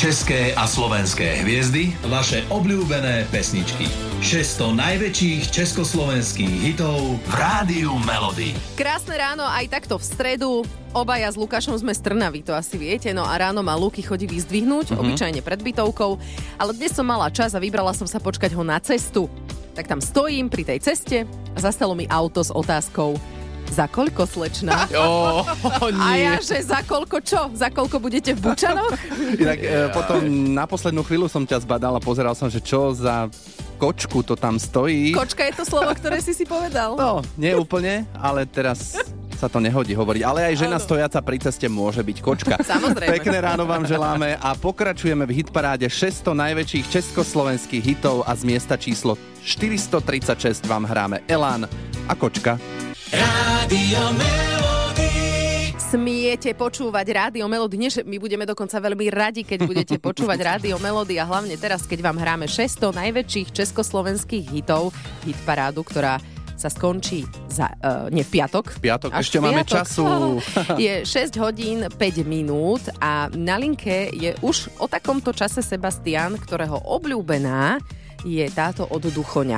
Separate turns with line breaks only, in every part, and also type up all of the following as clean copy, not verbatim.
České a slovenské hviezdy, vaše obľúbené pesničky. 600 najväčších československých hitov v Rádiu Melody.
Krásne ráno aj takto v stredu. Obaja s Lukášom sme z Trnavy, to asi viete. No a ráno ma Luky chodí vyzdvihnúť, obyčajne pred bytovkou. Ale dnes som mala čas a vybrala som sa počkať ho na cestu. Tak tam stojím pri tej ceste a zastalo mi auto s otázkou: za koľko, slečna? A ja, že za koľko čo? Za koľko budete v Bučanoch?
Inak potom na poslednú chvíľu som ťa zbadal a pozeral som, že čo za kočku to tam stojí.
Kočka je to slovo, ktoré si povedal.
No, nie úplne, ale teraz sa to nehodí hovoriť. Ale aj žena stojaca pri ceste môže byť kočka.
Samozrejme.
Pekné ráno vám želáme a pokračujeme v hitparáde 600 najväčších československých hitov a z miesta číslo 436 vám hráme Elán a Kočka.
Rádio Melody.
Smiete počúvať Rádio Melody. Nie, že my budeme dokonca veľmi radi, keď budete počúvať Rádio Melody a hlavne teraz, keď vám hráme 600 najväčších československých hitov, hitparádu, ktorá sa skončí v piatok.
V piatok, ešte máme času.
Je 6 hodín 5 minút a na linke je už o takomto čase Sebastian, ktorého obľúbená je táto od Duchoňa.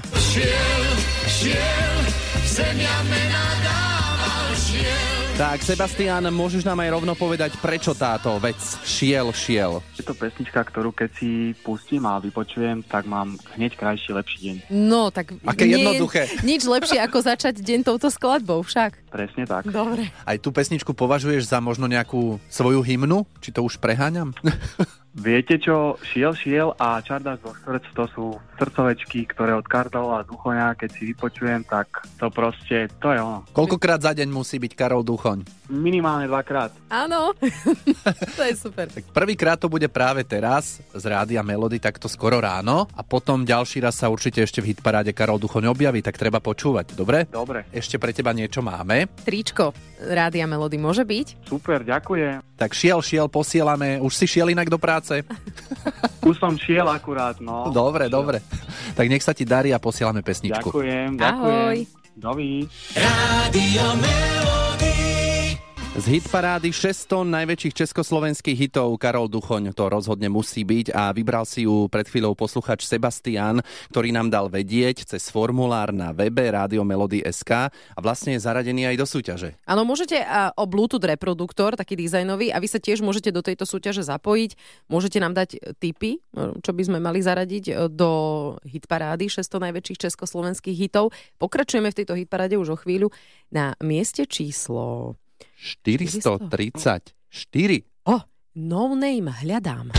Tak, Sebastián, môžeš nám aj rovno povedať, prečo táto vec šiel?
Je to pesnička, ktorú keď si pustím a vypočujem, tak mám hneď krajší, lepší deň.
No, tak
aké jednoduché.
Nič lepšie, ako začať deň touto skladbou, však.
Presne tak.
Dobre.
Aj tú pesničku považuješ za možno nejakú svoju hymnu? Či to už preháňam?
Viete čo, šiel a Čardáš do srdc, to sú srdcovečky, ktoré od Karola Duchoňa, keď si vypočujem, tak to proste, to je ono.
Koľkokrát za deň musí byť Karol Duchoň?
Minimálne 2-krát.
Áno, to je super.
Tak prvýkrát to bude práve teraz z Rádia Melody, takto skoro ráno a potom ďalší raz sa určite ešte v hitparáde Karol Duchoň objaví, tak treba počúvať, dobre?
Dobre.
Ešte pre teba niečo máme.
Tričko Rádia Melody môže byť?
Super, ďakujem.
Tak šiel, posielame. Už si šiel inak do práce?
Už som šiel akurát, no.
Dobre. Tak nech sa ti darí a posielame pesničku.
Ďakujem.
Ahoj.
Dovi.
Rádio Melody.
Z hitparády 600 najväčších československých hitov Karol Duchoň to rozhodne musí byť a vybral si ju pred chvíľou posluchač Sebastian, ktorý nám dal vedieť cez formulár na webe radiomelody.sk a vlastne je zaradený aj do súťaže.
Áno, môžete o Bluetooth reproduktor, taký dizajnový, a vy sa tiež môžete do tejto súťaže zapojiť. Môžete nám dať tipy, čo by sme mali zaradiť do hitparády 600 najväčších československých hitov. Pokračujeme v tejto hitparáde už o chvíľu na mieste číslo
434.
No Name hľadám.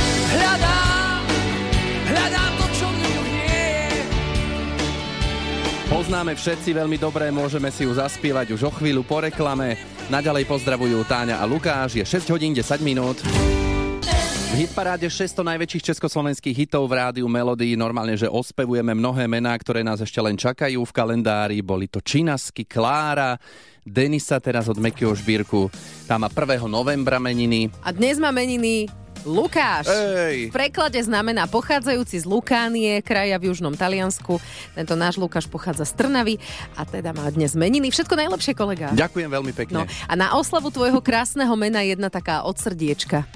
Hľadám to, čo v ňu nie je.
Poznáme všetci veľmi dobre, môžeme si ju zaspievať už o chvíľu po reklame. Naďalej pozdravujú Táňa a Lukáš, je 6 hodín 10 minút. V hitparáde 600 najväčších československých hitov v Rádiu Melody normálne, že ospevujeme mnohé mená, ktoré nás ešte len čakajú v kalendári. Boli to Činasky, Klára, Denisa teraz od Mekyho Žbírku. Tá má 1. novembra meniny.
A dnes má meniny Lukáš.
Ej.
V preklade znamená pochádzajúci z Lukánie, kraja v južnom Taliansku. Tento náš Lukáš pochádza z Trnavy a teda má dnes meniny. Všetko najlepšie, kolega.
Ďakujem veľmi pekne.
No, a na oslavu tvojho krásneho mena jedna taká od srdiečka.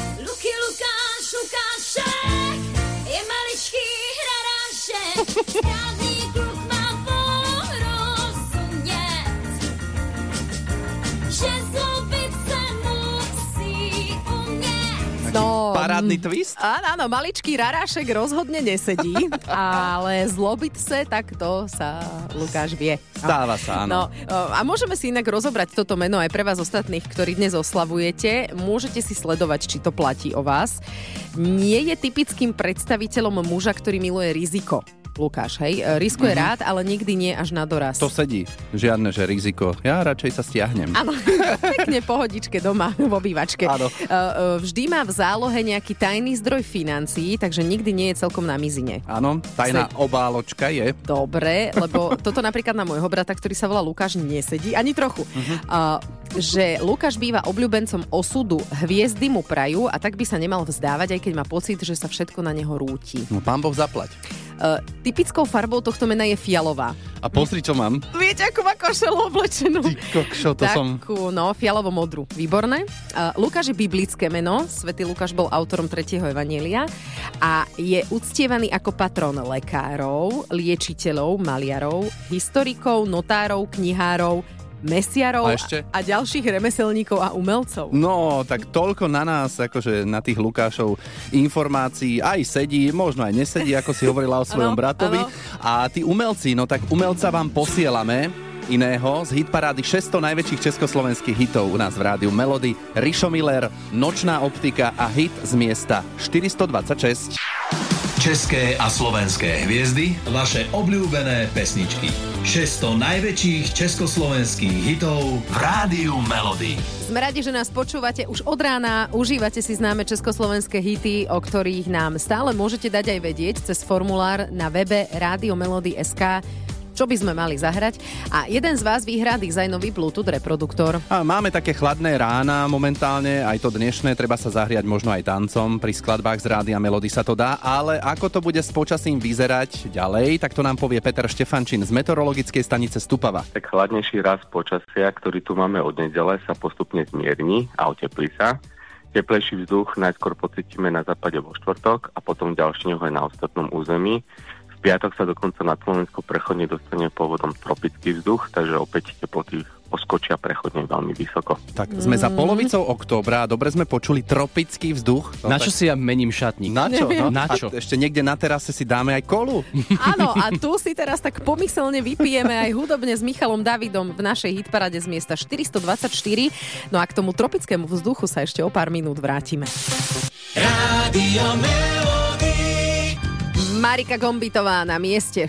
Lukášek je maličký hradášek, správný kluk má porozumieť, že zlobiť sa musí umieť.
No,
Parádny twist?
Áno, maličký rarášek rozhodne nesedí, ale zlobiť sa, tak to sa Lukáš vie.
Stáva sa, áno.
No, a môžeme si inak rozobrať toto meno aj pre vás ostatných, ktorí dnes oslavujete. Môžete si sledovať, či to platí o vás. Nie je typickým predstaviteľom muža, ktorý miluje riziko. Lukáš, hej? Riskuje rád, ale nikdy nie až na doraz.
To sedí. Žiadne, že riziko. Ja radšej sa stiahnem.
Áno, pekne pohodičke doma v obývačke.
Áno.
Vždy má v zálohe nejaký tajný zdroj financií, takže nikdy nie je celkom na mizine.
Áno, tajná obáločka je.
Dobre, lebo toto napríklad na môjho brata, ktorý sa volá Lukáš, nesedí ani trochu. Že Lukáš býva obľúbencom osudu, hviezdy mu prajú a tak by sa nemal vzdávať, aj keď má pocit, že sa všetko na neho rúti.
No, pán Boh zaplať.
Typickou farbou tohto mena je fialová.
A pozri, čo mám.
Viete, ako má košelu oblečenú?
Ty kokšo, to som...
Takú, no, fialovo-modrú. Výborné. Lukáš je biblické meno. Svätý Lukáš bol autorom 3. evanjelia a je uctievaný ako patrón lekárov, liečiteľov, maliarov, historikov, notárov, knihárov, mesiarov a ďalších remeselníkov a umelcov.
No, tak toľko na nás, akože na tých Lukášov informácií aj sedí, možno aj nesedí, ako si hovorila o svojom bratovi. A tí umelci, no tak umelca vám posielame iného z hitparády 600 najväčších československých hitov u nás v rádiu Melody. Rišo Miller, Nočná optika a hit z miesta 426.
České a slovenské hviezdy, vaše obľúbené pesničky. 600 najväčších československých hitov v rádiu Melody.
Sme radi, že nás počúvate už od rána, užívate si známe československé hity, o ktorých nám stále môžete dať aj vedieť cez formulár na webe radiomelody.sk, čo by sme mali zahrať. A jeden z vás vyhrá dizajnový Bluetooth reproduktor.
A máme také chladné rána momentálne, aj to dnešné, treba sa zahriať možno aj tancom, pri skladbách z Rádia Melody sa to dá, ale ako to bude s počasím vyzerať ďalej, tak to nám povie Peter Štefančín z meteorologickej stanice Stupava.
Tak chladnejší rast počasia, ktorý tu máme od nedele, sa postupne zmierni a oteplí sa. Teplejší vzduch najskôr pocítime na západe vo štvrtok a potom ďalší aj na ostatnom území. V piatok sa dokonca na Slovensku prechodne dostane pôvodom tropický vzduch, takže opäť teploty poskočia prechodne veľmi vysoko.
Tak sme za polovicou októbra a dobre sme počuli tropický vzduch.
No, na čo si ja mením šatník?
Na čo? No?
Na čo?
A ešte niekde na terase si dáme aj kolu.
Áno, a tu si teraz tak pomyselne vypijeme aj hudobne s Michalom Davidom v našej hitparade z miesta 424. No a k tomu tropickému vzduchu sa ešte o pár minút vrátime.
Rádio Melody.
Marika Gombitová na mieste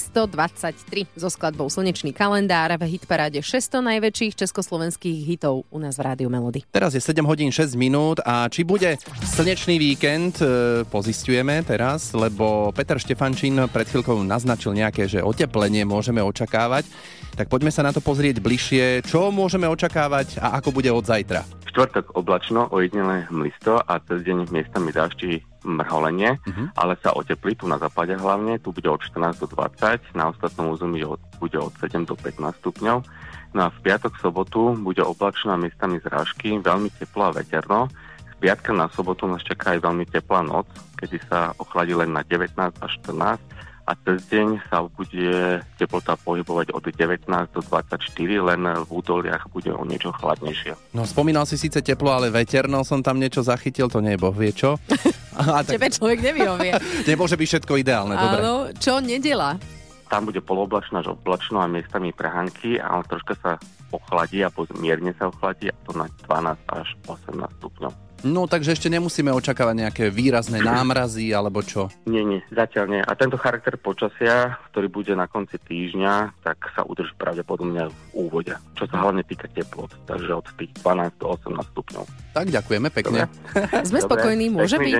423 so skladbou Slnečný kalendár v hitparáde 600 najväčších československých hitov u nás v Rádiu Melody.
Teraz je 7 hodín 6 minút a či bude slnečný víkend, pozistujeme teraz, lebo Peter Štefančín pred chvíľkou naznačil nejaké, že oteplenie môžeme očakávať. Tak poďme sa na to pozrieť bližšie, čo môžeme očakávať a ako bude od zajtra.
Štvrtok oblačno, ojedinelé hmlisto a cez deň miestami dáždi mrholenie, ale sa oteplí tu na západe hlavne, tu bude od 14 do 20, na ostatnom území bude od 7 do 15 stupňov. No a v piatok, sobotu bude oblačno a miestami zrážky, veľmi teplo a veterno. Z piatka na sobotu nás čaká aj veľmi teplá noc, kedy sa ochladí len na 19 až 14 a cez deň sa bude teplota pohybovať od 19 do 24, len v údoliach bude o niečo chladnejšie.
No spomínal si síce teplo, ale veterno som tam niečo zachytil, to nie je boh vie čo.
Tebe človek nevyhovie.
Nemôže byť všetko ideálne, dobre.
Áno, čo nedela?
Tam bude polooblačno až oblačno a miestami prehánky, ale troška sa ochladí a mierne sa ochladí a to na 12 až 18 stupňov.
No, takže ešte nemusíme očakávať nejaké výrazné námrazy, alebo čo?
Nie, zatiaľ nie. A tento charakter počasia, ktorý bude na konci týždňa, tak sa udrží pravdepodobne v úvode. Čo sa hlavne týka teplot, takže od tých 12 do 18 stupňov.
Tak ďakujeme pekne.
Sme spokojní, môže byť.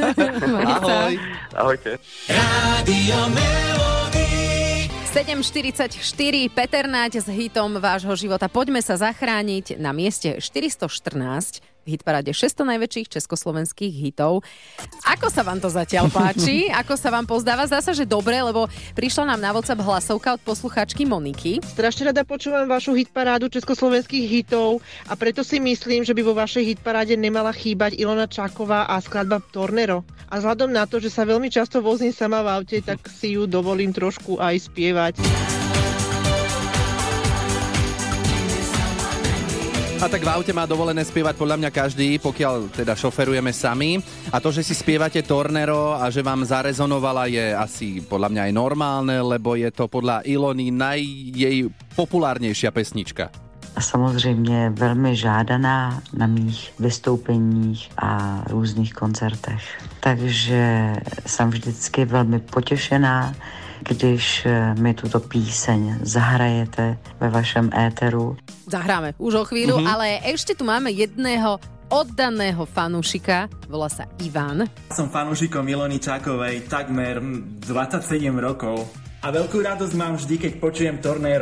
Ahoj.
Ahojte.
Rádio Melody.
7.44, Peter Naď s hitom vášho života. Poďme sa zachrániť na mieste 414 v hitparáde 600 najväčších československých hitov. Ako sa vám to zatiaľ páči? Ako sa vám pozdáva? Zdá sa, že dobre, lebo prišla nám na WhatsApp hlasovka od poslucháčky Moniky.
Strašne rada počúvam vašu hitparádu československých hitov a preto si myslím, že by vo vašej hitparáde nemala chýbať Ilona Čáková a skladba Tornero. A vzhľadom na to, že sa veľmi často vozím sama v aute, tak si ju dovolím trošku aj spievať.
A tak v aute má dovolené spievať podľa mňa každý, pokiaľ teda šoferujeme sami. A to, že si spievate Tornero a že vám zarezonovala, je asi podľa mňa aj normálne, lebo je to podľa Ilony jej populárnejšia pesnička.
A samozřejmě velmi žádaná na mých vystoupeních a různých koncertech. Takže jsem vždycky velmi potěšená, když mi tuto píseň zahrajete ve vašem éteru.
Zahráme už o chvíľu, ale ešte tu máme jedného oddaného fanúšika, volá sa Ivan.
Som fanúšikom Ilony Čákovej takmer 27 rokov a veľkú radosť mám vždy, keď počujem Tornero.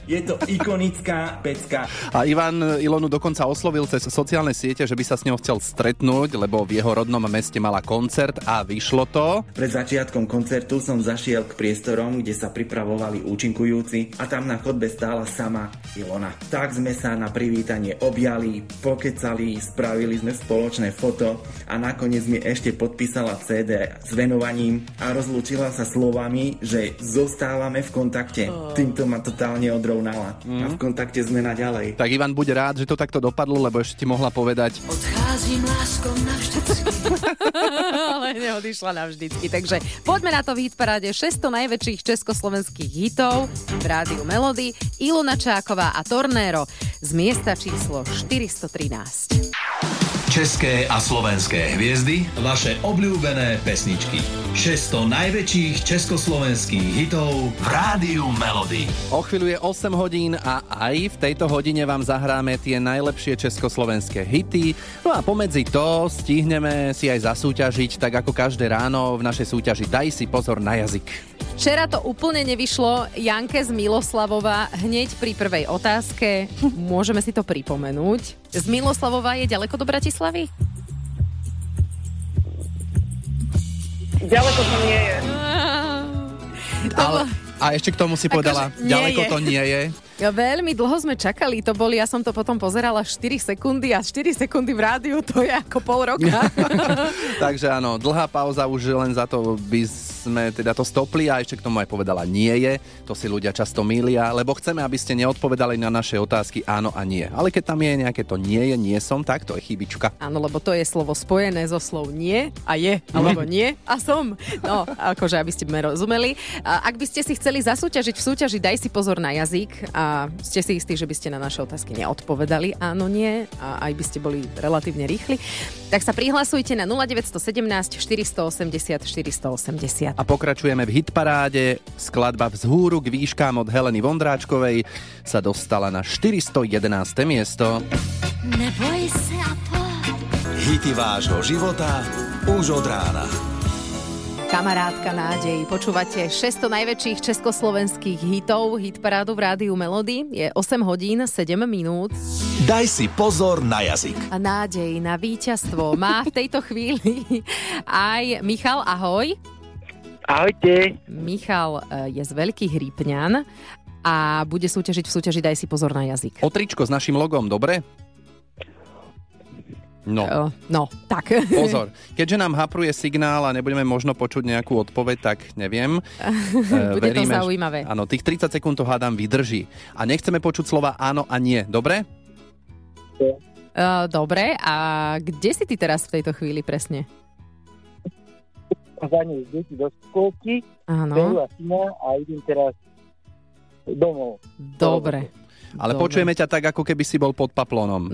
Je to ikonická pecka.
A Ivan Ilonu dokonca oslovil cez sociálne siete, že by sa s ňou chcel stretnúť, lebo v jeho rodnom meste mala koncert a vyšlo to.
Pred začiatkom koncertu som zašiel k priestorom, kde sa pripravovali účinkujúci a tam na chodbe stála sama Ilona. Tak sme sa na privítanie objali, pokecali, spravili sme spoločné foto a nakoniec mi ešte podpísala CD s venovaním a rozlúčila sa slovami, že zostávame v kontakte. Týmto ma totálne odrovnala. A v kontakte sme naďalej.
Tak Ivan, buď rád, že to takto dopadlo, lebo ešte ti mohla povedať:
Odcházím láskom navždycky.
Ale neodišla navždycky. Takže poďme na to v hitparáde 600 najväčších československých hitov v rádiu Melody. Ilona Čáková a Tornero z miesta číslo 413.
České a slovenské hviezdy, vaše obľúbené pesničky. 600 najväčších československých hitov v rádiu Melody.
O chvíľu je 8 hodín a aj v tejto hodine vám zahráme tie najlepšie československé hity. No a pomedzi to stihneme si aj zasúťažiť, tak ako každé ráno v našej súťaži Daj si pozor na jazyk.
Včera to úplne nevyšlo Janke z Miloslavova hneď pri prvej otázke. Môžeme si to pripomenúť. Z Miloslavova je ďaleko do Bratislavy?
Ďaleko to nie je.
A ešte k tomu si povedala, ďaleko to nie je.
Veľmi dlho sme čakali, to boli, ja som to potom pozerala 4 sekundy a 4 sekundy v rádiu, to je ako pol roka.
Takže áno, dlhá pauza už len za to by sme teda to stopli a ešte k tomu aj povedala nie je, to si ľudia často mýlia, lebo chceme, aby ste neodpovedali na naše otázky áno a nie. Ale keď tam je nejaké to nie je, nie som, tak to je chybička.
Áno, lebo to je slovo spojené zo slov nie a je, alebo nie a som. No, akože aby ste rozumeli. Ak by ste si chceli zasúťažiť v súťaži Daj si pozor na jazyk a ste si istí, že by ste na naše otázky neodpovedali áno, nie a aj by ste boli relatívne rýchli, tak sa prihlasujte na 0917 480 480.
A pokračujeme v hitparáde. Skladba Vzhúru k výškám od Heleny Vondráčkovej sa dostala na 411. miesto.
Neboj sa a poď.
Hity vášho života už od rána.
Kamarátka nádej. Počúvate 600 najväčších československých hitov, hitparádu v rádiu Melody. Je 8 hodín, 7 minút.
Daj si pozor na jazyk.
A nádej na víťazstvo má v tejto chvíli aj Michal. Ahoj.
Ahojte.
Michal je z Veľkých Hrípňan a bude súťažiť v súťaži Daj si pozor na jazyk.
O tričko s našim logom, dobre? No,
tak.
Pozor, keďže nám hapruje signál a nebudeme možno počuť nejakú odpoveď, tak neviem.
Bude to zaujímavé.
Áno, tých 30 sekúnd to hádam vydrží. A nechceme počuť slova áno a nie, dobre?
Dobre, a kde si ty teraz v tejto chvíli presne?
Zaniesť deti do škôlky,
Áno.
a syna a idem teraz domov.
Dobre.
Ale počujeme ťa tak, ako keby si bol pod paplónom.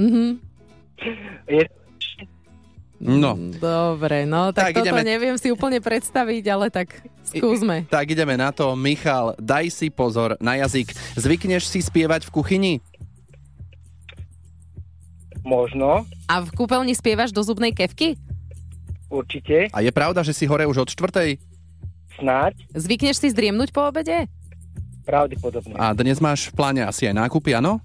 No.
Dobre, no tak toto neviem si úplne predstaviť, ale tak skúsme.
Tak ideme na to. Michal, daj si pozor na jazyk. Zvykneš si spievať v kuchyni?
Možno.
A v kúpeľni spievaš do zubnej kefky?
Určite.
A je pravda, že si hore už od 4:00?
Snáď.
Zvykneš si zdriemnúť po obede?
Pravdepodobne.
A dnes máš v pláne asi aj nákupy, áno?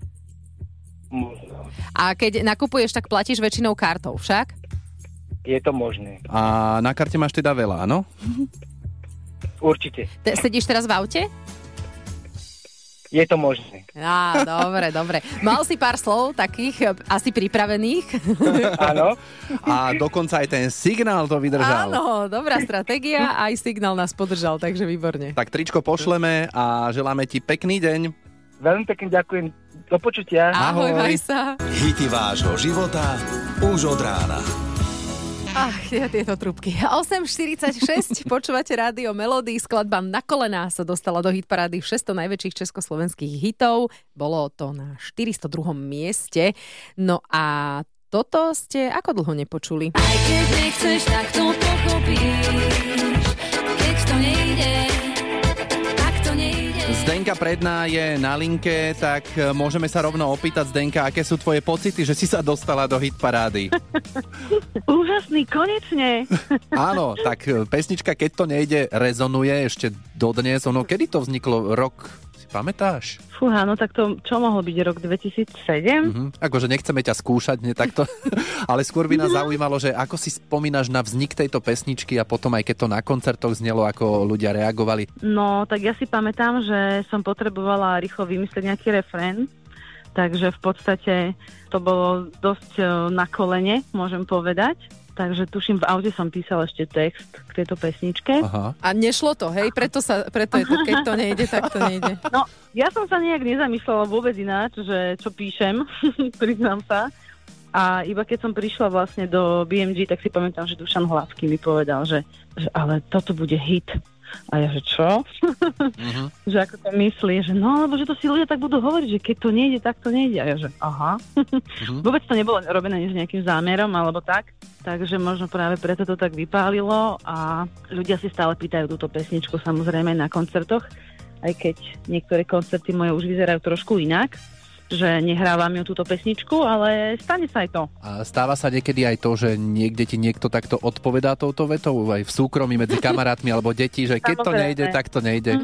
A keď nakupuješ, tak platíš väčšinou kartou, však?
Je to možné.
A na karte máš teda veľa, áno?
Určite.
Sedíš teraz v aute?
Je to možné.
Á, dobre. Mal si pár slov takých asi pripravených?
Áno.
A dokonca aj ten signál to vydržal.
Áno, dobrá stratégia, aj signál nás podržal, takže výborne.
Tak tričko pošleme a želáme ti pekný deň.
Veľmi pekne ďakujem. Do počutia.
Ahoj, maj sa.
Hity vášho života už od rána.
Ach, tieto trúbky. 8.46, počúvate rádio Melody, skladba Na kolená sa dostala do hitparády 600 najväčších československých hitov. Bolo to na 402. mieste. No a toto ste ako dlho nepočuli?
Aj keď nechceš, tak to pochopíš. Keď to nejde, tak to nejde.
Zdenka Predná je na linke, tak môžeme sa rovno opýtať, Zdenka, aké sú tvoje pocity, že si sa dostala do hitparády?
Úžasný, konečne.
Áno, tak pesnička Keď to nejde rezonuje ešte dodnes. Kedy to vzniklo? Rok? Si Pamätáš?
Fúha, no tak to čo mohol byť rok 2007?
Akože nechceme ťa skúšať, nie takto, ale skôr by nás zaujímalo, že ako si spomínaš na vznik tejto pesničky a potom aj keď to na koncertoch znelo, ako ľudia reagovali.
No, tak ja si pamätám, že som potrebovala rýchlo vymyslieť nejaký refrén, takže v podstate to bolo dosť na kolene, môžem povedať. Takže tuším, v aute som písala ešte text k tejto pesničke.
Aha.
A nešlo to, hej? Preto je to, keď to nejde, tak to nejde.
No, ja som sa nejak nezamýšľala vôbec ináč, že čo píšem, priznám sa. A iba keď som prišla vlastne do BMG, tak si pamätám, že Dušan Hladký mi povedal, že ale toto bude hit. A ja, že čo? Že ako to myslí, že no, lebo že to si ľudia tak budú hovoriť, že keď to nejde, tak to nejde. A ja, že aha. Vôbec to nebolo robené s nejakým zámerom, alebo tak. Takže možno práve preto to tak vypálilo a ľudia si stále pýtajú túto pesničku samozrejme na koncertoch, aj keď niektoré koncerty moje už vyzerajú trošku inak, že nehrávam ju túto pesničku, ale stane sa aj to.
A stáva sa niekedy aj to, že niekde ti niekto takto odpovedá touto vetou, aj v súkromí medzi kamarátmi alebo deti, že keď to nejde, tak to nejde.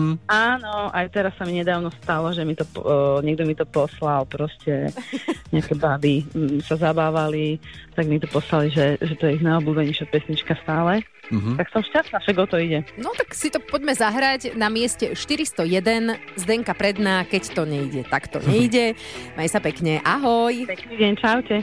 Áno, aj teraz sa mi nedávno stalo, že niekto mi to poslal, proste nejaké baby sa zabávali, tak mi to poslali, že to je ich najobľúbenejšia pesnička stále. Tak som šťastná, že o to ide.
No tak si to poďme zahrať na mieste 401 Zdenka Predná, keď to nejde, tak to nejde. Maj sa pekne, ahoj.
Pekný deň, čaute.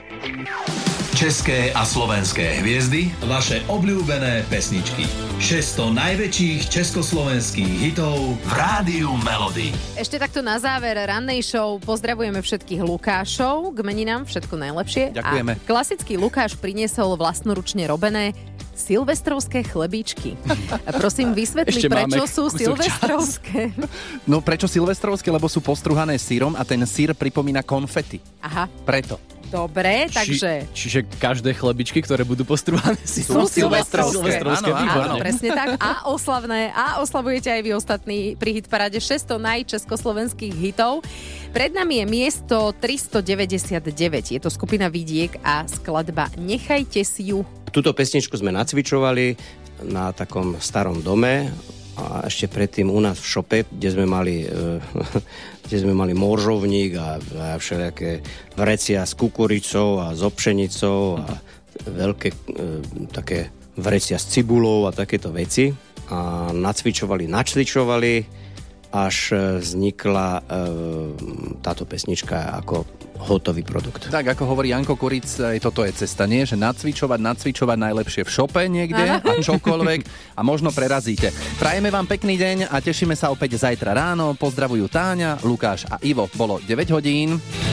České a slovenské hviezdy, vaše obľúbené pesničky. 600 najväčších československých hitov v Rádiu Melody.
Ešte takto na záver rannej show pozdravujeme všetkých Lukášov, k meninám všetko najlepšie.
Ďakujeme.
A klasický Lukáš priniesol vlastnoručne robené silvestrovské chlebíčky. A prosím, vysvetli, prečo sú silvestrovské.
No prečo silvestrovské? Lebo sú postruhané syrom a ten syr pripomína konfety.
Aha.
Preto.
Dobre, takže...
Čiže každé chlebičky, ktoré budú postruhané,
sú silvestrovské.
Áno,
presne tak. A oslavné. A oslavujete aj vy ostatní pri hitparáde 600 najčeskoslovenských hitov. Pred nami je miesto 399. Je to skupina Vidiek a skladba Nechajte si ju.
Túto pesničku sme nacvičovali na takom starom dome a ešte predtým u nás v šope, kde sme mali moržovník a všelijaké vrecia s kukuricou a s pšenicou a veľké také vrecia s cibulou a takéto veci. A nacvičovali, až vznikla táto pesnička ako hotový produkt.
Tak, ako hovorí Janko Kuric, aj toto je cesta, nie? Že nacvičovať najlepšie v šope niekde a čokoľvek a možno prerazíte. Prajeme vám pekný deň a tešíme sa opäť zajtra ráno. Pozdravujú Táňa, Lukáš a Ivo. Bolo 9 hodín.